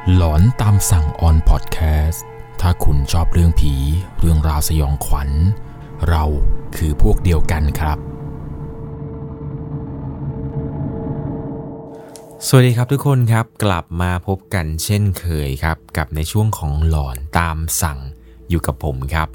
หลอนตามสั่งออนพอดแคสต์ถ้าคุณชอบเรื่องผีเรื่องราวสยองขวัญเราคือพวกเดียวกันครับสวัสดีครับทุกคนครับกลับมาพบกันเช่นเคยครับกับในช่วงของหลอนตามสั่งอยู่กับผมครับ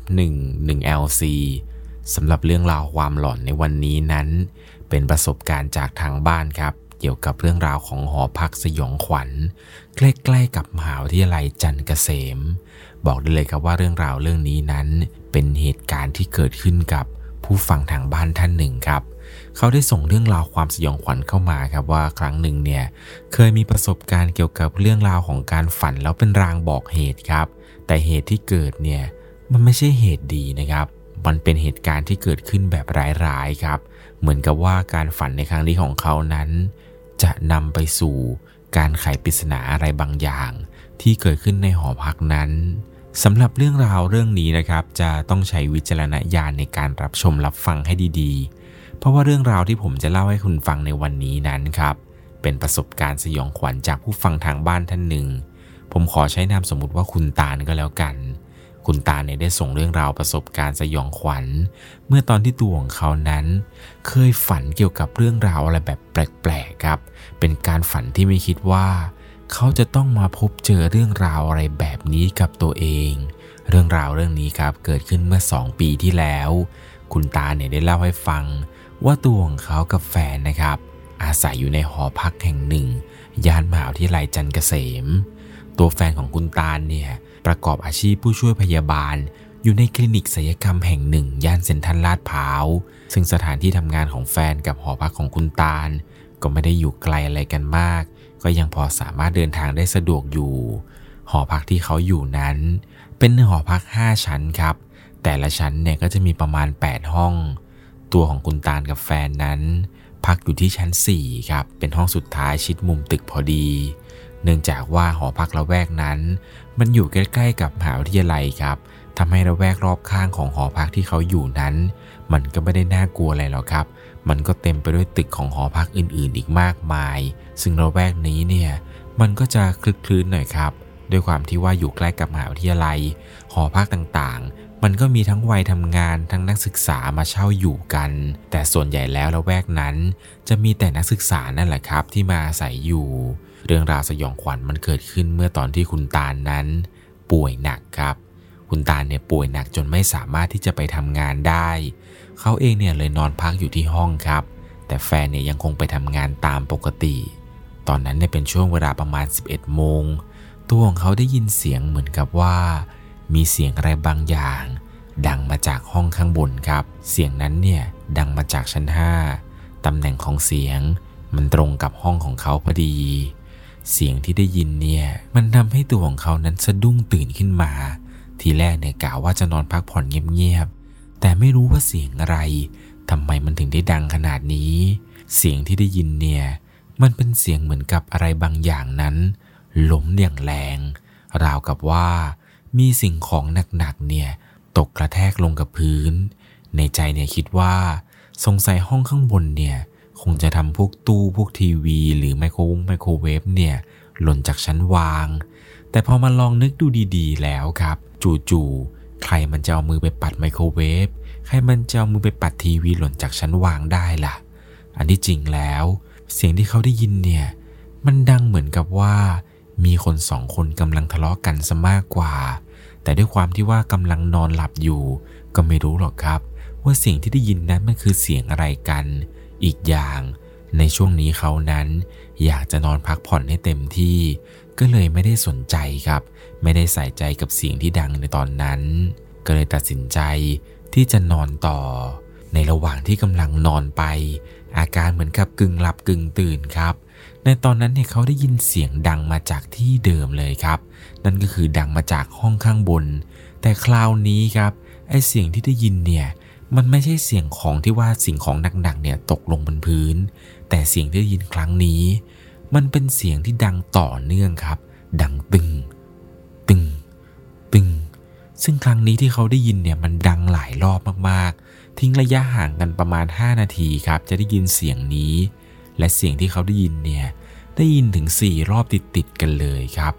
11LC สำหรับเรื่องราวความหลอนในวันนี้นั้นเป็นประสบการณ์จากทางบ้านครับเกี่ยวกับเรื่องราวของหอพักสยองขวัญใกล้ๆกับมหาวิทยาลัยจันทร์เกษมบอกได้เลยครับว่าเรื่องราวเรื่องนี้นั้นเป็นเหตุการณ์ที่เกิดขึ้นกับผู้ฟังทางบ้านท่านหนึ่งครับเขาได้ส่งเรื่องราวความสยองขวัญเข้ามาครับว่าครั้งหนึ่งเนี่ยเคยมีประสบการณ์เกี่ยวกับเรื่องราวของการฝันแล้วเป็นรางบอกเหตุครับแต่เหตุที่เกิดเนี่ยมันไม่ใช่เหตุดีนะครับมันเป็นเหตุการณ์ที่เกิดขึ้นแบบร้ายๆครับเหมือนกับว่าการฝันในครั้งนี้ของเขานั้นจะนำไปสู่การไขปริศนาอะไรบางอย่างที่เกิดขึ้นในหอพักนั้นสำหรับเรื่องราวเรื่องนี้นะครับจะต้องใช้วิจารณญาณในการรับชมรับฟังให้ดีๆเพราะว่าเรื่องราวที่ผมจะเล่าให้คุณฟังในวันนี้นั้นครับเป็นประสบการณ์สยองขวัญจากผู้ฟังทางบ้านท่านหนึ่งผมขอใช้นามสมมุติว่าคุณตาลก็แล้วกันคุณตาเนี่ยได้ส่งเรื่องราวประสบการณ์สยองขวัญเมื่อตอนที่ตัวของเขานั้นเคยฝันเกี่ยวกับเรื่องราวอะไรแบบแปลกๆครับเป็นการฝันที่ไม่คิดว่าเขาจะต้องมาพบเจอเรื่องราวอะไรแบบนี้กับตัวเองเรื่องราวเรื่องนี้ครับเกิดขึ้นเมื่อ2 ปีที่แล้วคุณตาเนี่ยได้เล่าให้ฟังว่าตัวของเขากับแฟนนะครับอาศัยอยู่ในหอพักแห่งหนึ่งย่านมหาวิทยาลัยจันทร์เกษมตัวแฟนของคุณตาลเนี่ยประกอบอาชีพผู้ช่วยพยาบาลอยู่ในคลินิกศัลยกรรมแห่งหนึ่งย่านเซ็นทรัลลาดพร้าวซึ่งสถานที่ทำงานของแฟนกับหอพักของคุณตาลก็ไม่ได้อยู่ไกลอะไรกันมากก็ยังพอสามารถเดินทางได้สะดวกอยู่หอพักที่เขาอยู่นั้นเป็นหอพัก5 ชั้นครับแต่ละชั้นเนี่ยก็จะมีประมาณ8 ห้องตัวของคุณตาลกับแฟนนั้นพักอยู่ที่ชั้น4ครับเป็นห้องสุดท้ายชิดมุมตึกพอดีเนื่องจากว่าหอพักละแวกนั้นมันอยู่ใกล้ๆกับมหาวิทยาลัยครับทำให้ละแวกรอบข้างของหอพักที่เขาอยู่นั้นมันก็ไม่ได้น่ากลัวอะไรหรอกครับมันก็เต็มไปด้วยตึกของหอพักอื่นๆอีกมากมายซึ่งละแวกนี้เนี่ยมันก็จะคลึกคลื้นหน่อยครับด้วยความที่ว่าอยู่ใกล้กับมหาวิทยาลัยหอพักต่างๆมันก็มีทั้งวัยทำงานทั้งนักศึกษามาเช่าอยู่กันแต่ส่วนใหญ่แล้วละแวกนั้นจะมีแต่นักศึกษานั่นแหละครับที่มาอาศัยอยู่เรื่องราวสยองขวัญมันเกิดขึ้นเมื่อตอนที่คุณตาลนั้นป่วยหนักครับคุณตาลเนี่ยป่วยหนักจนไม่สามารถที่จะไปทำงานได้เขาเองเนี่ยเลยนอนพักอยู่ที่ห้องครับแต่แฟนเนี่ยยังคงไปทำงานตามปกติตอนนั้นเนี่ยเป็นช่วงเวลาประมาณ11 โมงตัวของเขาได้ยินเสียงเหมือนกับว่ามีเสียงอะไรบางอย่างดังมาจากห้องข้างบนครับเสียงนั้นเนี่ยดังมาจากชั้น5ตำแหน่งของเสียงมันตรงกับห้องของเขาพอดีเสียงที่ได้ยินเนี่ยมันทำให้ตัวของเขานั้นสะดุ้งตื่นขึ้นมาทีแรกเนี่ยกะว่าจะนอนพักผ่อนเงียบๆแต่ไม่รู้ว่าเสียงอะไรทำไมมันถึงได้ดังขนาดนี้เสียงที่ได้ยินเนี่ยมันเป็นเสียงเหมือนกับอะไรบางอย่างนั้นล้มอย่างแรงราวกับว่ามีสิ่งของหนักๆเนี่ยตกกระแทกลงกับพื้นในใจเนี่ยคิดว่าสงสัยห้องข้างบนเนี่ยคงจะทำพวกตู้พวกทีวีหรือไมโครเวฟเนี่ยหล่นจากชั้นวางแต่พอมาลองนึกดูดีๆแล้วครับจู่ๆใครมันจะเอามือไปปัดไมโครเวฟใครมันจะเอามือไปปัดทีวีหล่นจากชั้นวางได้ล่ะอันที่จริงแล้วเสียงที่เขาได้ยินเนี่ยมันดังเหมือนกับว่ามีคน2 คนกำลังทะเลาะกันซะมากกว่าแต่ด้วยความที่ว่ากำลังนอนหลับอยู่ก็ไม่รู้หรอกครับว่าเสียงที่ได้ยินนั้นมันคือเสียงอะไรกันอีกอย่างในช่วงนี้เขานั้นอยากจะนอนพักผ่อนให้เต็มที่ก็เลยไม่ได้สนใจครับไม่ได้ใส่ใจกับเสียงที่ดังในตอนนั้นก็เลยตัดสินใจที่จะนอนต่อในระหว่างที่กำลังนอนไปอาการเหมือนกับกึ่งหลับกึ่งตื่นครับในตอนนั้นเนี่ยเขาได้ยินเสียงดังมาจากที่เดิมเลยครับนั่นก็คือดังมาจากห้องข้างบนแต่คราวนี้ครับไอ้เสียงที่ได้ยินเนี่ยมันไม่ใช่เสียงของที่ว่าสิ่งของหนักๆเนี่ยตกลงบนพื้นแต่เสียงที่ได้ยินครั้งนี้มันเป็นเสียงที่ดังต่อเนื่องครับดังตึงตึงตึงซึ่งครั้งนี้ที่เขาได้ยินเนี่ยมันดังหลายรอบมากๆทิ้งระยะห่างกันประมาณ5 นาทีครับจะได้ยินเสียงนี้และเสียงที่เขาได้ยินเนี่ยได้ยินถึง4 รอบติดๆกันเลยครับ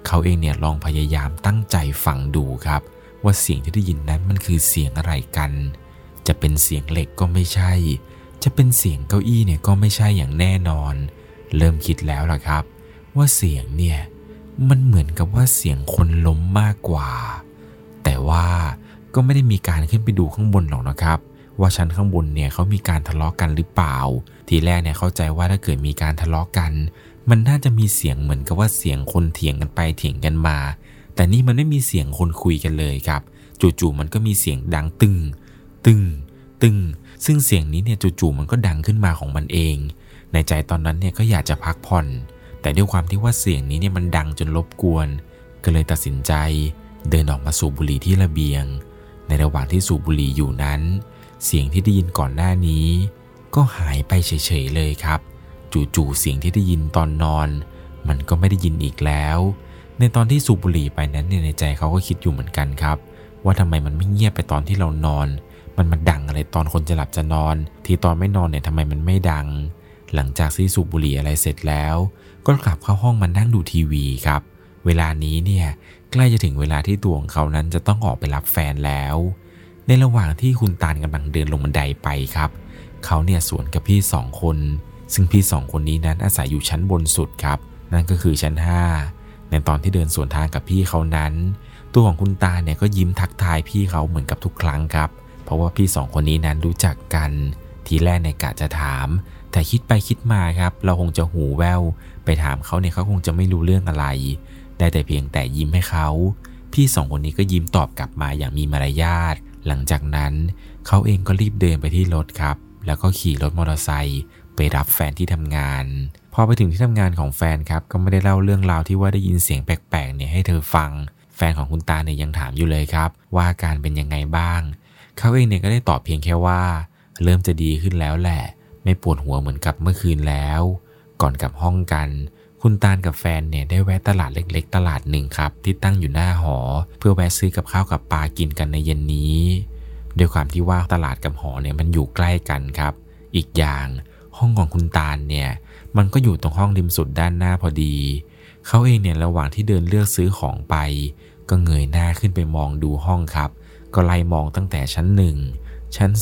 เขาเองเนี่ยลองพยายามตั้งใจฟังดูครับว่าเสียงที่ได้ยินนั้นมันคือเสียงอะไรกันจะเป็นเสียงเหล็กก็ไม่ใช่จะเป็นเสียงเก้าอี้เนี่ยก็ไม่ใช่อย่างแน่นอนเริ่มคิดแล้วล่ะครับว่าเสียงเนี่ยมันเหมือนกับว่าเสียงคนล้มมากกว่าแต่ว่าก็ไม่ได้มีการขึ้นไปดูข้างบนหรอกนะครับว่าชั้นข้างบนเนี่ยเขามีการทะเลาะกันหรือเปล่าทีแรกเนี่ยเข้าใจว่าถ้าเกิดมีการทะเลาะกันมันน่าจะมีเสียงเหมือนกับว่าเสียงคนเถียงกันไปเถียงกันมาแต่นี่มันไม่มีเสียงคนคุยกันเลยครับจู่ๆมันก็มีเสียงดังตึ้งตึ้งตึ้งซึ่งเสียงนี้เนี่ยจู่ๆมันก็ดังขึ้นมาของมันเองในใจตอนนั้นเนี่ยก็อยากจะพักผ่อนแต่ด้วยความที่ว่าเสียงนี้เนี่ยมันดังจนรบกวนก็เลยตัดสินใจเดินออกมาสูบบุหรี่ที่ระเบียงในระหว่างที่สูบบุหรี่อยู่นั้นเสียงที่ได้ยินก่อนหน้านี้ก็หายไปเฉยๆเลยครับจู่ๆเสียงที่ได้ยินตอนนอนมันก็ไม่ได้ยินอีกแล้วในตอนที่สูบบุหรี่ไปนั้นในใจเขาก็คิดอยู่เหมือนกันครับว่าทำไมมันไม่เงียบไปตอนที่เรานอนมันมาดังอะไรตอนคนจะหลับจะนอนที่ตอนไม่นอนเนี่ยทำไมมันไม่ดังหลังจากที่สูบบุหรี่อะไรเสร็จแล้วก็กลับเข้าห้องมานั่งดูทีวีครับเวลานี้เนี่ยใกล้จะถึงเวลาที่ตัวของเขานั้นจะต้องออกไปรับแฟนแล้วในระหว่างที่คุณตาลกำลังเดินลงบันไดไปครับเขาเนี่ยสวนกับพี่2คนซึ่งพี่2คนนี้นั้นอาศัยอยู่ชั้นบนสุดครับนั่นก็คือชั้น5ในตอนที่เดินสวนทางกับพี่เขานั้นตัวของคุณตาเนี่ยก็ยิ้มทักทายพี่เขาเหมือนกับทุกครั้งครับเพราะว่าพี่2คนนี้นั้นรู้จักกันทีแรกในกะจะถามแต่คิดไปคิดมาครับเราคงจะหูแว่วไปถามเขาเนี่ยเขาคงจะไม่รู้เรื่องอะไรได้แต่เพียงแต่ยิ้มให้เขาพี่2คนนี้ก็ยิ้มตอบกลับมาอย่างมีมารยาทหลังจากนั้นเขาเองก็รีบเดินไปที่รถครับแล้วก็ขี่รถมอเตอร์ไซค์ไปรับแฟนที่ทำงานพอไปถึงที่ทำงานของแฟนครับก็ไม่ได้เล่าเรื่องราวที่ว่าได้ยินเสียงแปลกๆเนี่ยให้เธอฟังแฟนของคุณตาเนี่ยยังถามอยู่เลยครับว่าอาการเป็นยังไงบ้างเขาเองเนี่ยก็ได้ตอบเพียงแค่ว่าเริ่มจะดีขึ้นแล้วแหละไม่ปวดหัวเหมือนกับเมื่อคืนแล้วก่อนกลับห้องกันคุณตาลกับแฟนเนี่ยได้แวะตลาดเล็กๆตลาดหนึ่งครับที่ตั้งอยู่หน้าหอเพื่อแวะซื้อกับข้าวกับปลากินกันในเย็นนี้ด้วยความที่ว่าตลาดกับหอเนี่ยมันอยู่ใกล้กันครับอีกอย่างห้องของคุณตาลเนี่ยมันก็อยู่ตรงห้องริมสุดด้านหน้าพอดีเขาเองเนี่ยระหว่างที่เดินเลือกซื้อของไปก็เงยหน้าขึ้นไปมองดูห้องครับก็ไล่มองตั้งแต่ชั้น1ชั้น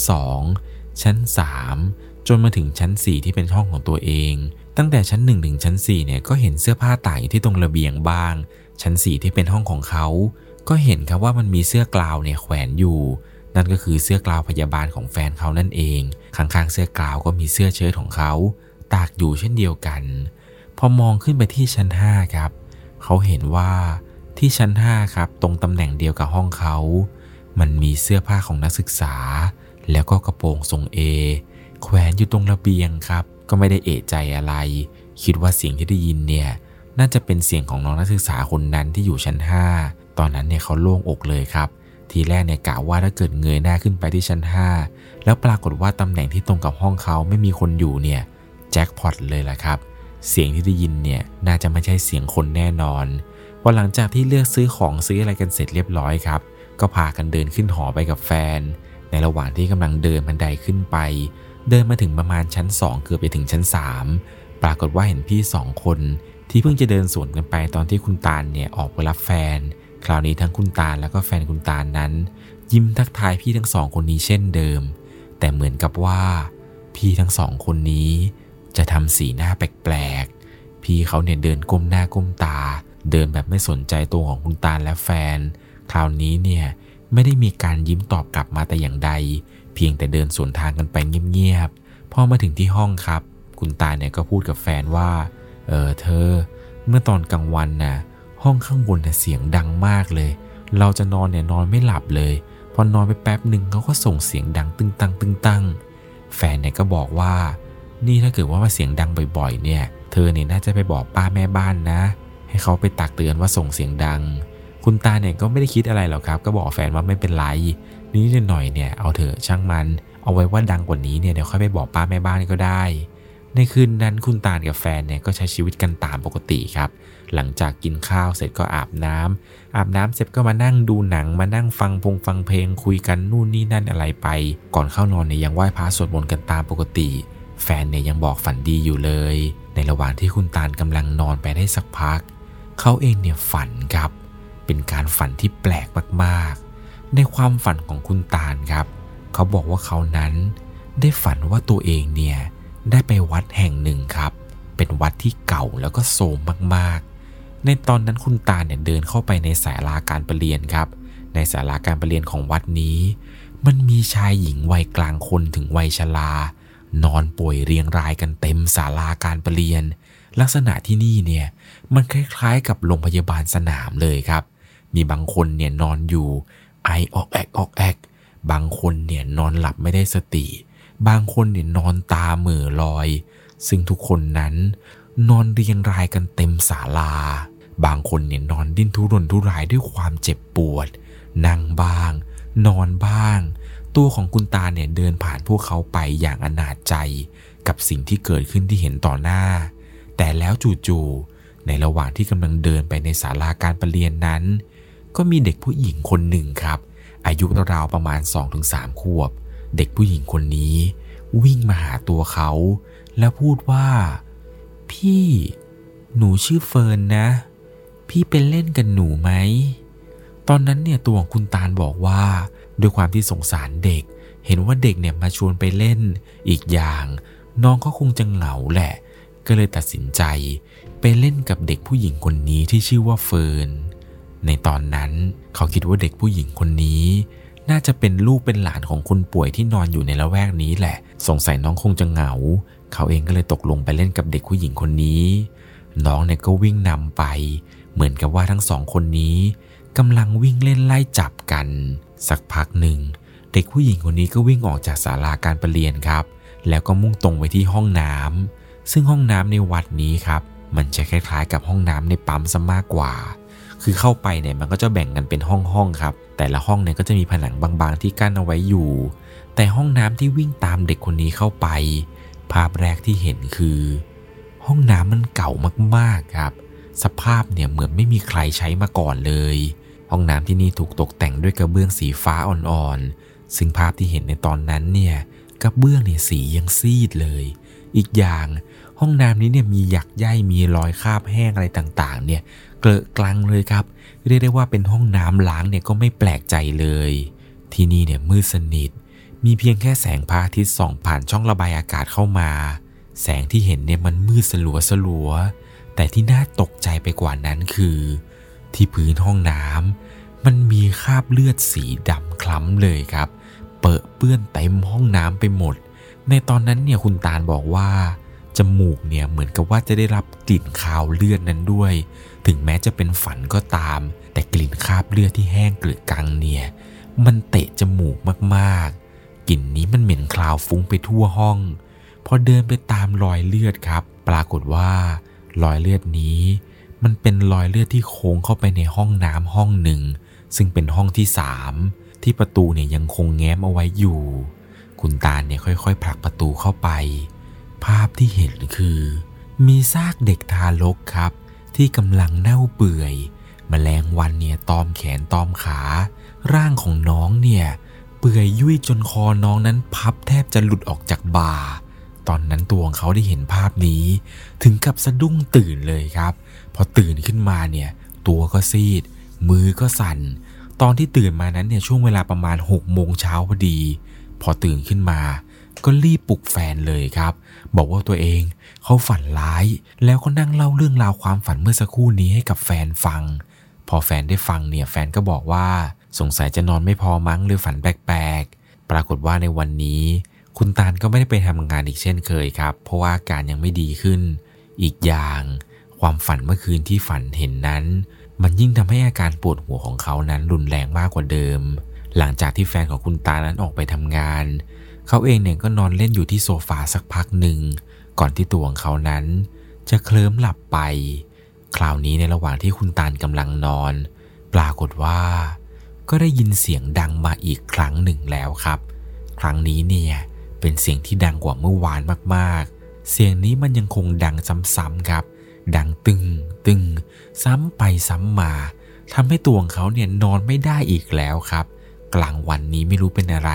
2ชั้น3จนมาถึงชั้น4ที่เป็นห้องของตัวเองตั้งแต่ชั้น1ถึงชั้น4เนี่ยก็เห็นเสื้อผ้าตากอยู่ที่ตรงระเบียงบ้างชั้น4ที่เป็นห้องของเขาก็เห็นครับว่ามันมีเสื้อกลาวเนี่ยแขวนอยู่นั่นก็คือเสื้อกลาวพยาบาลของแฟนเขานั่นเองข้างๆเสื้อกลาวก็มีเสื้อเชิ้ตของเขาตากอยู่เช่นเดียวกันพอมองขึ้นไปที่ชั้น5ครับเขาเห็นว่าที่ชั้น5ครับตรงตำแหน่งเดียวกับห้องเขามันมีเสื้อผ้าของนักศึกษาแล้วก็กระโปรงทรงเอแขวนอยู่ตรงระเบียงครับก็ไม่ได้เอะใจอะไรคิดว่าเสียงที่ได้ยินเนี่ยน่าจะเป็นเสียงของน้องนักศึกษาคนนั้นที่อยู่ชั้น5ตอนนั้นเนี่ยเขาโล่งอกเลยครับทีแรกเนี่ยกะว่าถ้าเกิดเงยหน้าขึ้นไปที่ชั้น5แล้วปรากฏว่าตำแหน่งที่ตรงกับห้องเขาไม่มีคนอยู่เนี่ยแจ็คพอตเลยล่ะครับเสียงที่ได้ยินเนี่ยน่าจะไม่ใช่เสียงคนแน่นอนพอหลังจากที่เลือกซื้อของซื้ออะไรกันเสร็จเรียบร้อยครับก็พากันเดินขึ้นหอไปกับแฟนในระหว่างที่กำลังเดินบันไดขึ้นไปเดินมาถึงประมาณชั้น2เกือบไปถึงชั้น3ปรากฏว่าเห็นพี่2คนที่เพิ่งจะเดินสวนกันไปตอนที่คุณตาลเนี่ยออกไปรับแฟนคราวนี้ทั้งคุณตาลแล้วก็แฟนคุณตาลนั้นยิ้มทักทายพี่ทั้ง2คนนี้เช่นเดิมแต่เหมือนกับว่าพี่ทั้ง2คนนี้จะทำสีหน้าแปลกๆพี่เขาเนี่ยเดินก้มหน้าก้มตาเดินแบบไม่สนใจตัวของคุณตาลและแฟนคราวนี้เนี่ยไม่ได้มีการยิ้มตอบกลับมาแต่อย่างใดเพียงแต่เดินสวนทางกันไปเงียบๆพอมาถึงที่ห้องครับคุณตาเนี่ยก็พูดกับแฟนว่าเธอเมื่อตอนกลางวันน่ะห้องข้างบนเนี่ยเสียงดังมากเลยเราจะนอนเนี่ยนอนไม่หลับเลยพอนอนไปแป๊บหนึ่งเขาก็ส่งเสียงดังตึงตังตึงตังแฟนเนี่ยก็บอกว่านี่ถ้าเกิดว่าเสียงดังบ่อยๆเนี่ยเธอเนี่ยน่าจะไปบอกป้าแม่บ้านนะให้เขาไปตักเตือนว่าส่งเสียงดังคุณตาเนี่ยก็ไม่ได้คิดอะไรหรอกครับก็บอกแฟนว่าไม่เป็นไรนิดหน่อยเนี่ยเอาเถอะช่างมันเอาไว้ว่าดังกว่านี้เนี่ยเดี๋ยวค่อยไปบอกป้าแม่บ้านก็ได้ในคืนนั้นคุณตากับแฟนเนี่ยก็ใช้ชีวิตกันตามปกติครับหลังจากกินข้าวเสร็จก็อาบน้ำเสร็จก็มานั่งดูหนังมานั่งฟังเพลงคุยกันนู่นนี่นั่นอะไรไปก่อนเข้านอนเนี่ยยังไหว้พระสวดมนต์กันตามปกติแฟนเนี่ยยังบอกฝันดีอยู่เลยในระหว่างที่คุณตาลกำลังนอนไปได้สักพักเขาเองเนี่ยฝันครับเป็นการฝันที่แปลกมากๆในความฝันของคุณตาลครับเขาบอกว่าเขานั้นได้ฝันว่าตัวเองเนี่ยได้ไปวัดแห่งหนึ่งครับเป็นวัดที่เก่าแล้วก็โทรมมากๆในตอนนั้นคุณตาลเนี่ยเดินเข้าไปในศาลาการประเรียนครับในศาลาการประเรียนของวัดนี้มันมีชายหญิงวัยกลางคนถึงวัยชรานอนป่วยเรียงรายกันเต็มศาลาการประเรียนลักษณะที่นี่เนี่ยมันคล้ายๆกับโรงพยาบาลสนามเลยครับมีบางคนเนี่ยนอนอยู่ไอออกแอกออกแอกบางคนเนี่ยนอนหลับไม่ได้สติบางคนเนี่ยนอนตาเหม่อลอยซึ่งทุกคนนั้นนอนเรียงรายกันเต็มศาลาบางคนเนี่ยนอนดิ้นทุรนทุรายด้วยความเจ็บปวดนั่งบ้างนอนบ้างตัวของคุณตาเนี่ยเดินผ่านพวกเขาไปอย่างอนาถใจกับสิ่งที่เกิดขึ้นที่เห็นต่อหน้าแต่แล้วจู่ๆในระหว่างที่กำลังเดินไปในศาลาการประเรียนนั้นก็มีเด็กผู้หญิงคนหนึ่งครับอายุราวๆประมาณ 2-3 ขวบเด็กผู้หญิงคนนี้วิ่งมาหาตัวเขาแล้วพูดว่าพี่หนูชื่อเฟิร์นนะพี่เป็นเล่นกับหนูไหมตอนนั้นเนี่ยตัวของคุณตาลบอกว่าด้วยความที่สงสารเด็กเห็นว่าเด็กเนี่ยมาชวนไปเล่นอีกอย่างน้องก็คงจะเหงาแหละก็เลยตัดสินใจไปเล่นกับเด็กผู้หญิงคนนี้ที่ชื่อว่าเฟิร์นในตอนนั้นเขาคิดว่าเด็กผู้หญิงคนนี้น่าจะเป็นลูกเป็นหลานของคนป่วยที่นอนอยู่ในละแวกนี้แหละสงสัยน้องคงจะเหงาเขาเองก็เลยตกลงไปเล่นกับเด็กผู้หญิงคนนี้น้องเนี่ยก็วิ่งนำไปเหมือนกับว่าทั้งสองคนนี้กำลังวิ่งเล่นไล่จับกันสักพักหนึ่งเด็กผู้หญิงคนนี้ก็วิ่งออกจากศาลาการประเรียนครับแล้วก็มุ่งตรงไปที่ห้องน้ำซึ่งห้องน้ำในวัดนี้ครับมันจะคล้ายๆกับห้องน้ำในปั๊มซะมากกว่าคือเข้าไปเนี่ยมันก็จะแบ่งกันเป็นห้องครับแต่ละห้องเนี่ยก็จะมีผนังบางๆที่กั้นเอาไว้อยู่แต่ห้องน้ำที่วิ่งตามเด็กคนนี้เข้าไปภาพแรกที่เห็นคือห้องน้ำมันเก่ามากๆครับสภาพเนี่ยเหมือนไม่มีใครใช้มาก่อนเลยห้องน้ำที่นี่ถูกตกแต่งด้วยกระเบื้องสีฟ้าอ่อนๆซึ่งภาพที่เห็นในตอนนั้นเนี่ยกระเบื้องเนี่ยสียังซีดเลยอีกอย่างห้องน้ำนี้เนี่ยมีหยักใยมีรอยคราบแห้งอะไรต่างๆเนี่ยเกลอะกลังเลยครับเรียกได้ว่าเป็นห้องน้ำล้างเนี่ยก็ไม่แปลกใจเลยที่นี่เนี่ยมืดสนิทมีเพียงแค่แสงพระอาทิตย์ส่องผ่านช่องระบายอากาศเข้ามาแสงที่เห็นเนี่ยมันมืดสลัวแต่ที่น่าตกใจไปกว่านั้นคือที่พื้นห้องน้ำมันมีคราบเลือดสีดำคล้ำเลยครับเปื้อนเต็มห้องน้ำไปหมดในตอนนั้นเนี่ยคุณตาลบอกว่าจมูกเนี่ยเหมือนกับว่าจะได้รับกลิ่นคาวเลือดนั้นด้วยถึงแม้จะเป็นฝันก็ตามแต่กลิ่นคราบเลือดที่แห้งเกลือกังเนี่ยมันเตะจมูกมากๆกลิ่นนี้มันเหม็นคลาวฟุ้งไปทั่วห้องพอเดินไปตามรอยเลือดครับปรากฏว่ารอยเลือดนี้มันเป็นรอยเลือดที่โค้งเข้าไปในห้องน้ำห้องหนึ่งซึ่งเป็นห้องที่3ที่ประตูเนี่ยยังคงแง้มเอาไว้อยู่คุณตาลเนี่ยค่อยๆผลักประตูเข้าไปภาพที่เห็นคือมีซากเด็กทารกครับที่กำลังเน่าเปื่อยแมลงวันเนี่ยตอมแขนตอมขาร่างของน้องเนี่ยเปื่อยยุ่ยจนคอน้องนั้นพับแทบจะหลุดออกจากบ่าตอนนั้นตัวของเขาได้เห็นภาพนี้ถึงกับสะดุ้งตื่นเลยครับพอตื่นขึ้นมาเนี่ยตัวก็ซีดมือก็สั่นตอนที่ตื่นมานั้นเนี่ยช่วงเวลาประมาณ6 โมงเช้าพอดีพอตื่นขึ้นมาก็รีบปลุกแฟนเลยครับบอกว่าตัวเองเขาฝันร้ายแล้วก็นั่งเล่าเรื่องราวความฝันเมื่อสักครู่นี้ให้กับแฟนฟังพอแฟนได้ฟังเนี่ยแฟนก็บอกว่าสงสัยจะนอนไม่พอมั้งหรือฝันแปลกๆปรากฏว่าในวันนี้คุณตาลก็ไม่ได้ไปทำงานอีกเช่นเคยครับเพราะว่าอาการยังไม่ดีขึ้นอีกอย่างความฝันเมื่อคืนที่ฝันเห็นนั้นมันยิ่งทำให้อาการปวดหัวของเขานั้นรุนแรงมากกว่าเดิมหลังจากที่แฟนของคุณตานั้นออกไปทำงานเขาเองเนี่ยก็นอนเล่นอยู่ที่โซฟาสักพักหนึ่งก่อนที่ตัวของเขานั้นจะเคลิ้มหลับไปคราวนี้ในระหว่างที่คุณตาลกำลังนอนปรากฏว่าก็ได้ยินเสียงดังมาอีกครั้งหนึ่งแล้วครับครั้งนี้เนี่ยเป็นเสียงที่ดังกว่าเมื่อวานมากๆเสียงนี้มันยังคงดังซ้ำๆครับดังตึงตึงซ้ำไปซ้ำมาทำให้ตัวของเขาเนี่ยนอนไม่ได้อีกแล้วครับกลางวันนี้ไม่รู้เป็นอะไร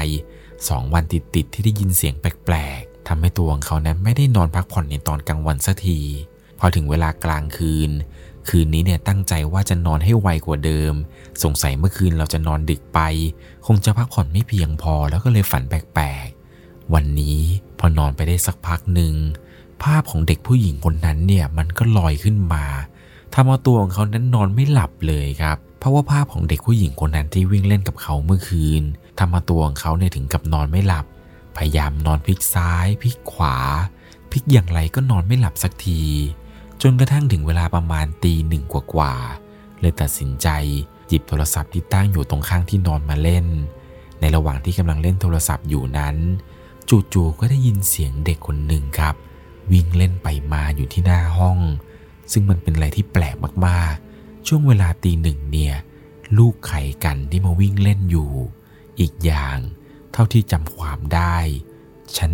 2 วันติดๆที่ได้ยินเสียงแปลกๆทำให้ตัวของเขานั้นไม่ได้นอนพักผ่อนในตอนกลางวันสักทีพอถึงเวลากลางคืนคืนนี้เนี่ยตั้งใจว่าจะนอนให้ไวกว่าเดิมสงสัยเมื่อคืนเราจะนอนดึกไปคงจะพักผ่อนไม่เพียงพอแล้วก็เลยฝันแปลกๆวันนี้พอนอนไปได้สักพักหนึ่งภาพของเด็กผู้หญิงคนนั้นเนี่ยมันก็ลอยขึ้นมาทำเอาตัวของเขานั้นนอนไม่หลับเลยครับเพราะว่าภาพของเด็กผู้หญิงคนนั้นที่วิ่งเล่นกับเขาเมื่อคืนทำเอาตัวของเขาเนี่ยถึงกับนอนไม่หลับพยายามนอนพลิกซ้ายพลิกขวาพลิกอย่างไรก็นอนไม่หลับสักทีจนกระทั่งถึงเวลาประมาณตี 1กว่าเลยตัดสินใจหยิบโทรศัพท์ที่ตั้งอยู่ตรงข้างที่นอนมาเล่นในระหว่างที่กำลังเล่นโทรศัพท์อยู่นั้นจู่ๆก็ได้ยินเสียงเด็กคนหนึ่งครับวิ่งเล่นไปมาอยู่ที่หน้าห้องซึ่งมันเป็นอะไรที่แปลกมากๆช่วงเวลาตี 1เนี่ยลูกไข่กันที่มาวิ่งเล่นอยู่อีกอย่างเท่าที่จำความได้ชั้น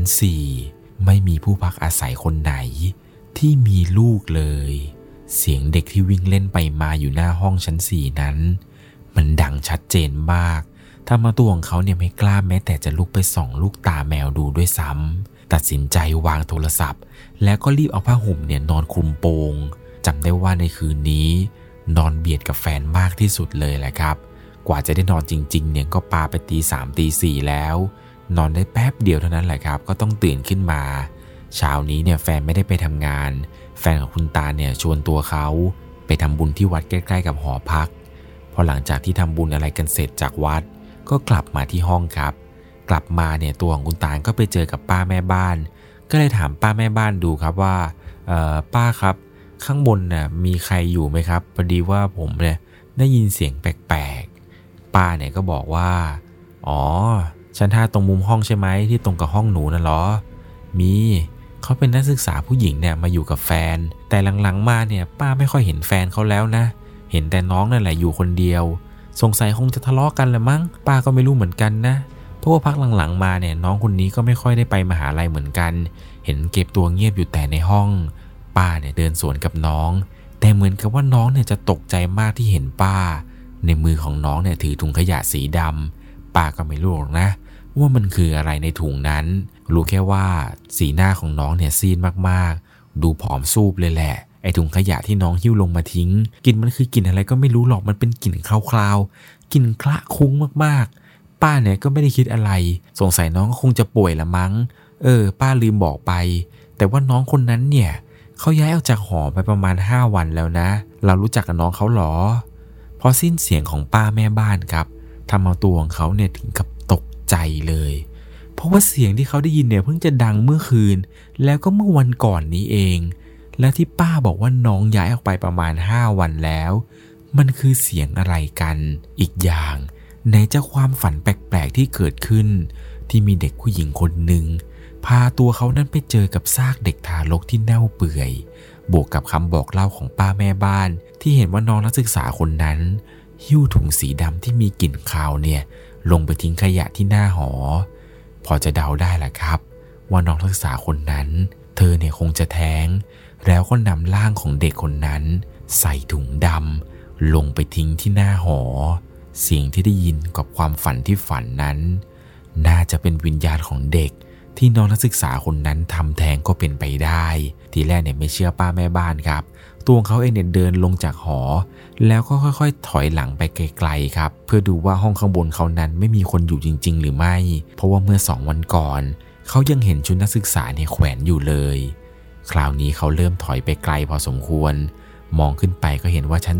4ไม่มีผู้พักอาศัยคนไหนที่มีลูกเลยเสียงเด็กที่วิ่งเล่นไปมาอยู่หน้าห้องชั้น 4นั้นมันดังชัดเจนมากทำเอาตัวของเขาเนี่ยไม่กล้าแม้แต่จะลุกไปส่องลูกตาแมวดูด้วยซ้ำตัดสินใจวางโทรศัพท์แล้วก็รีบเอาผ้าห่มเนี่ยนอนคลุมโปงจำได้ว่าในคืนนี้นอนเบียดกับแฟนมากที่สุดเลยแหละครับกว่าจะได้นอนจริงๆเนี่ยก็ปาไปตี 3 ตี 4แล้วนอนได้แป๊บเดียวเท่านั้นแหละครับก็ต้องตื่นขึ้นมาเช้านี้เนี่ยแฟนไม่ได้ไปทำงานแฟนของคุณตาเนี่ยชวนตัวเขาไปทำบุญที่วัดใกล้ๆกับหอพักพอหลังจากที่ทำบุญอะไรกันเสร็จจากวัดก็กลับมาที่ห้องครับกลับมาเนี่ยตัวของคุณตาก็ไปเจอกับป้าแม่บ้านก็เลยถามป้าแม่บ้านดูครับว่าป้าครับข้างบนน่ะมีใครอยู่ไหมครับพอดีว่าผมเนี่ยได้ยินเสียงแปลกๆป้าเนี่ยก็บอกว่าอ๋อชั้น 5ตรงมุมห้องใช่ไหมที่ตรงกับห้องหนูน่ะเหรอมีเขาเป็นนักศึกษาผู้หญิงเนี่ยมาอยู่กับแฟนแต่หลังๆมาเนี่ยป้าไม่ค่อยเห็นแฟนเขาแล้วนะเห็นแต่น้องนั่นแหละอยู่คนเดียวสงสัยคงจะทะเลาะกันแหละมั้งป้าก็ไม่รู้เหมือนกันนะเพราะว่าพักหลังๆมาเนี่ยน้องคนนี้ก็ไม่ค่อยได้ไปมหาลัยเหมือนกันเห็นเก็บตัวเงียบอยู่แต่ในห้องป้าเนี่ยเดินสวนกับน้องแต่เหมือนกับว่าน้องเนี่ยจะตกใจมากที่เห็นป้าในมือของน้องเนี่ยถือถุงขยะสีดำป้าก็ไม่รู้หรอกนะว่ามันคืออะไรในถุงนั้นรู้แค่ว่าสีหน้าของน้องเนี่ยซีดมากๆดูผอมซูบเลยแหละไอถุงขยะที่น้องหิ้วลงมาทิ้งกลิ่นมันคือกลิ่นอะไรก็ไม่รู้หรอกมันเป็นกลิ่นคาวๆกลิ่นคละคลุ้งมากๆป้าเนี่ยก็ไม่ได้คิดอะไรสงสัยน้องก็คงจะป่วยละมั้งป้าลืมบอกไปแต่ว่าน้องคนนั้นเนี่ยเขาย้ายออกจากหอไปประมาณ5 วันแล้วนะเรารู้จักกับน้องเขาหรอพอสิ้นเสียงของป้าแม่บ้านครับทำเอาตัวของเขาเนี่ยถึงกับตกใจเลยเพราะว่าเสียงที่เขาได้ยินเนี่ยเพิ่งจะดังเมื่อคืนแล้วก็เมื่อวันก่อนนี้เองและที่ป้าบอกว่าน้องย้ายออกไปประมาณ5 วันแล้วมันคือเสียงอะไรกันอีกอย่างไหนจะความฝันแปลกๆที่เกิดขึ้นที่มีเด็กผู้หญิงคนหนึ่งพาตัวเขานั้นไปเจอกับซากเด็กทารกที่เน่าเปื่อยบวกกับคำบอกเล่าของป้าแม่บ้านที่เห็นว่าน้องนักศึกษาคนนั้นหิ้วถุงสีดำที่มีกลิ่นคาวเนี่ยลงไปทิ้งขยะที่หน้าหอพอจะเดาได้แหละครับว่าน้องนักศึกษาคนนั้นเธอเนี่ยคงจะแท้งแล้วก็นำร่างของเด็กคนนั้นใส่ถุงดำลงไปทิ้งที่หน้าหอเสียงที่ได้ยินกับความฝันที่ฝันนั้นน่าจะเป็นวิญญาณของเด็กที่น้องนักศึกษาคนนั้นทำแท้งก็เป็นไปได้ทีแรกเนี่ยไม่เชื่อป้าแม่บ้านครับตัวเขาเองเนี่ยเดินลงจากหอแล้วก็ค่อยๆถอยหลังไปไกลๆครับเพื่อดูว่าห้องข้างบนเขานั้นไม่มีคนอยู่จริงๆหรือไม่เพราะว่าเมื่อ2 วันก่อนเขายังเห็นชุดนักศึกษาเนี่ยแขวนอยู่เลยคราวนี้เขาเริ่มถอยไปไกลพอสมควรมองขึ้นไปก็เห็นว่าชั้น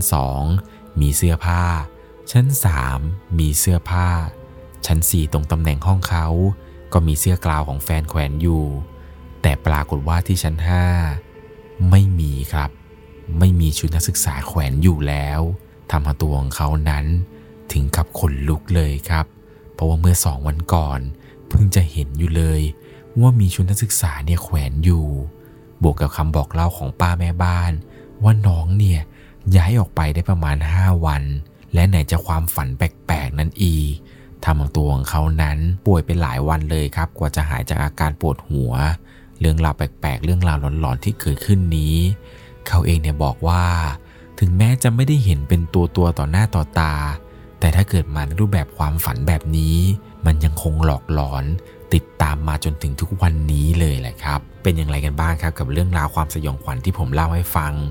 2มีเสื้อผ้าชั้น 3มีเสื้อผ้าชั้น 4ตรงตำแหน่งห้องเขาก็มีเสื้อกลาวของแฟนแขวนอยู่แต่ปรากฏว่าที่ชั้น 5ไม่มีครับไม่มีชุดนักศึกษาแขวนอยู่แล้วทำให้ตัวของเขานั้นถึงกับขนลุกเลยครับเพราะว่าเมื่อ2 วันก่อนเพิ่งจะเห็นอยู่เลยว่ามีชุดนักศึกษาเนี่ยแขวนอยู่บวกกับคำบอกเล่าของป้าแม่บ้านว่าน้องเนี่ยย้ายออกไปได้ประมาณ5 วันและไหนจะความฝันแปลกๆนั้นอีกทำให้ตัวของเขานั้นป่วยไปหลายวันเลยครับกว่าจะหายจากอาการปวดหัวเรื่องราวแปลกๆเรื่องราวหลอนๆที่เกิดขึ้นนี้เขาเองเนี่ยบอกว่าถึงแม้จะไม่ได้เห็นเป็นตัวต่อหน้าต่อตาแต่ถ้าเกิดมาในรูปแบบความฝันแบบนี้มันยังคงหลอกหลอนติดตามมาจนถึงทุกวันนี้เลยแหละครับเป็นอย่างไรกันบ้างครับกับเรื่องราวความสยองขวัญที่ผมเล่าให้ฟัง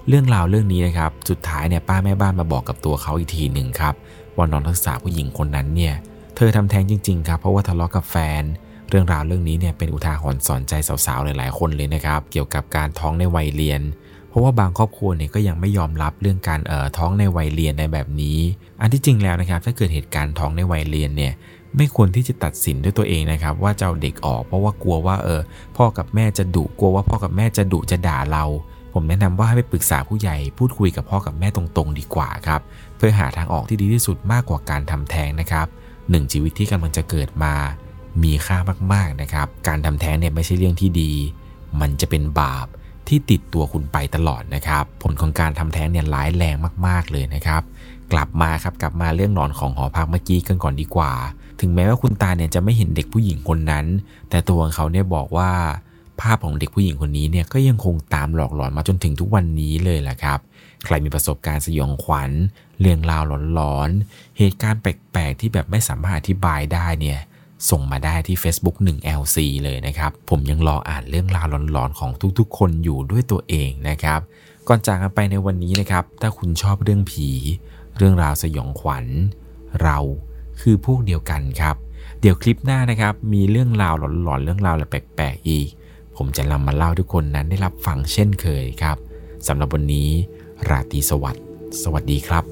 เรื่องราวเรื่องนี้นะครับสุดท้ายเนี่ยป้าแม่บ้านมาบอกกับตัวเขาอีกทีหนึ่งครับว่าน้องนักศึกษาผู้หญิงคนนั้นเนี่ยเธอทำแท้งจริงๆครับเพราะว่าทะเลาะกับแฟนเรื่องราวเรื่องนี้เนี่ยเป็นอุทาหรณ์สอนใจสาวๆหลายๆคนเลยนะครับเกี่ยวกับการท้องในวัยเรียนเพราะว่าบางครอบครัวเนี่ยก็ยังไม่ยอมรับเรื่องการท้องในวัยเรียนในแบบนี้อันที่จริงแล้วนะครับถ้าเกิดเหตุการณ์ท้องในวัยเรียนเนี่ยไม่ควรที่จะตัดสินด้วยตัวเองนะครับว่าจะเอาเด็กออกเพราะว่ากลัวว่าพ่อกับแม่จะดุกลัวว่าพ่อกับแม่จะดุจะด่าเราผมแนะนำว่าให้ไปปรึกษาผู้ใหญ่พูดคุยกับพ่อกับแม่ตรงๆดีกว่าครับเพื่อหาทางออกที่ดีที่สุดมากกว่าการทำแท้งนะครับ1ชีวิตที่กำลังจะเกิดมามีค่ามากๆนะครับการทำแท้งเนี่ยไม่ใช่เรื่องที่ดีมันจะเป็นบาปที่ติดตัวคุณไปตลอดนะครับผลของการทำแท้งเนี่ยร้ายแรงมากๆเลยนะครับกลับมาเรื่องนอนของหอพักเมื่อกี้กันก่อนดีกว่าถึงแม้ว่าคุณตาเนี่ยจะไม่เห็นเด็กผู้หญิงคนนั้นแต่ตัวของเขาเนี่ยบอกว่าภาพของเด็กผู้หญิงคนนี้เนี่ยก็ยังคงตามหลอกหลอนมาจนถึงทุกวันนี้เลยแหละครับใครมีประสบการณ์สยองขวัญเรื่องราวหลอนๆเหตุการณ์แปลกๆที่แบบไม่สามารถอธิบายได้เนี่ยส่งมาได้ที่ Facebook 1LC เลยนะครับผมยังรออ่านเรื่องราวหลอนๆของทุกๆคนอยู่ด้วยตัวเองนะครับก่อนจากกันไปในวันนี้นะครับถ้าคุณชอบเรื่องผีเรื่องราวสยองขวัญเราคือพวกเดียวกันครับเดี๋ยวคลิปหน้านะครับมีเรื่องราวหลอนๆเรื่องราวแปลกๆอีกผมจะนำมาเล่าทุกคนนั้นได้รับฟังเช่นเคยครับสำหรับวันนี้ราตรีสวัสดีครับ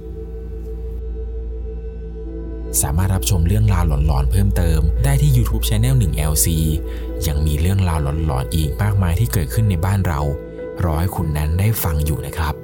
สามารถรับชมเรื่องราวหลอนๆเพิ่มเติมได้ที่ YouTube Channel 1LC ยังมีเรื่องราวหลอนๆอีกมากมายที่เกิดขึ้นในบ้านเรารอให้คุณนั้นได้ฟังอยู่นะครับ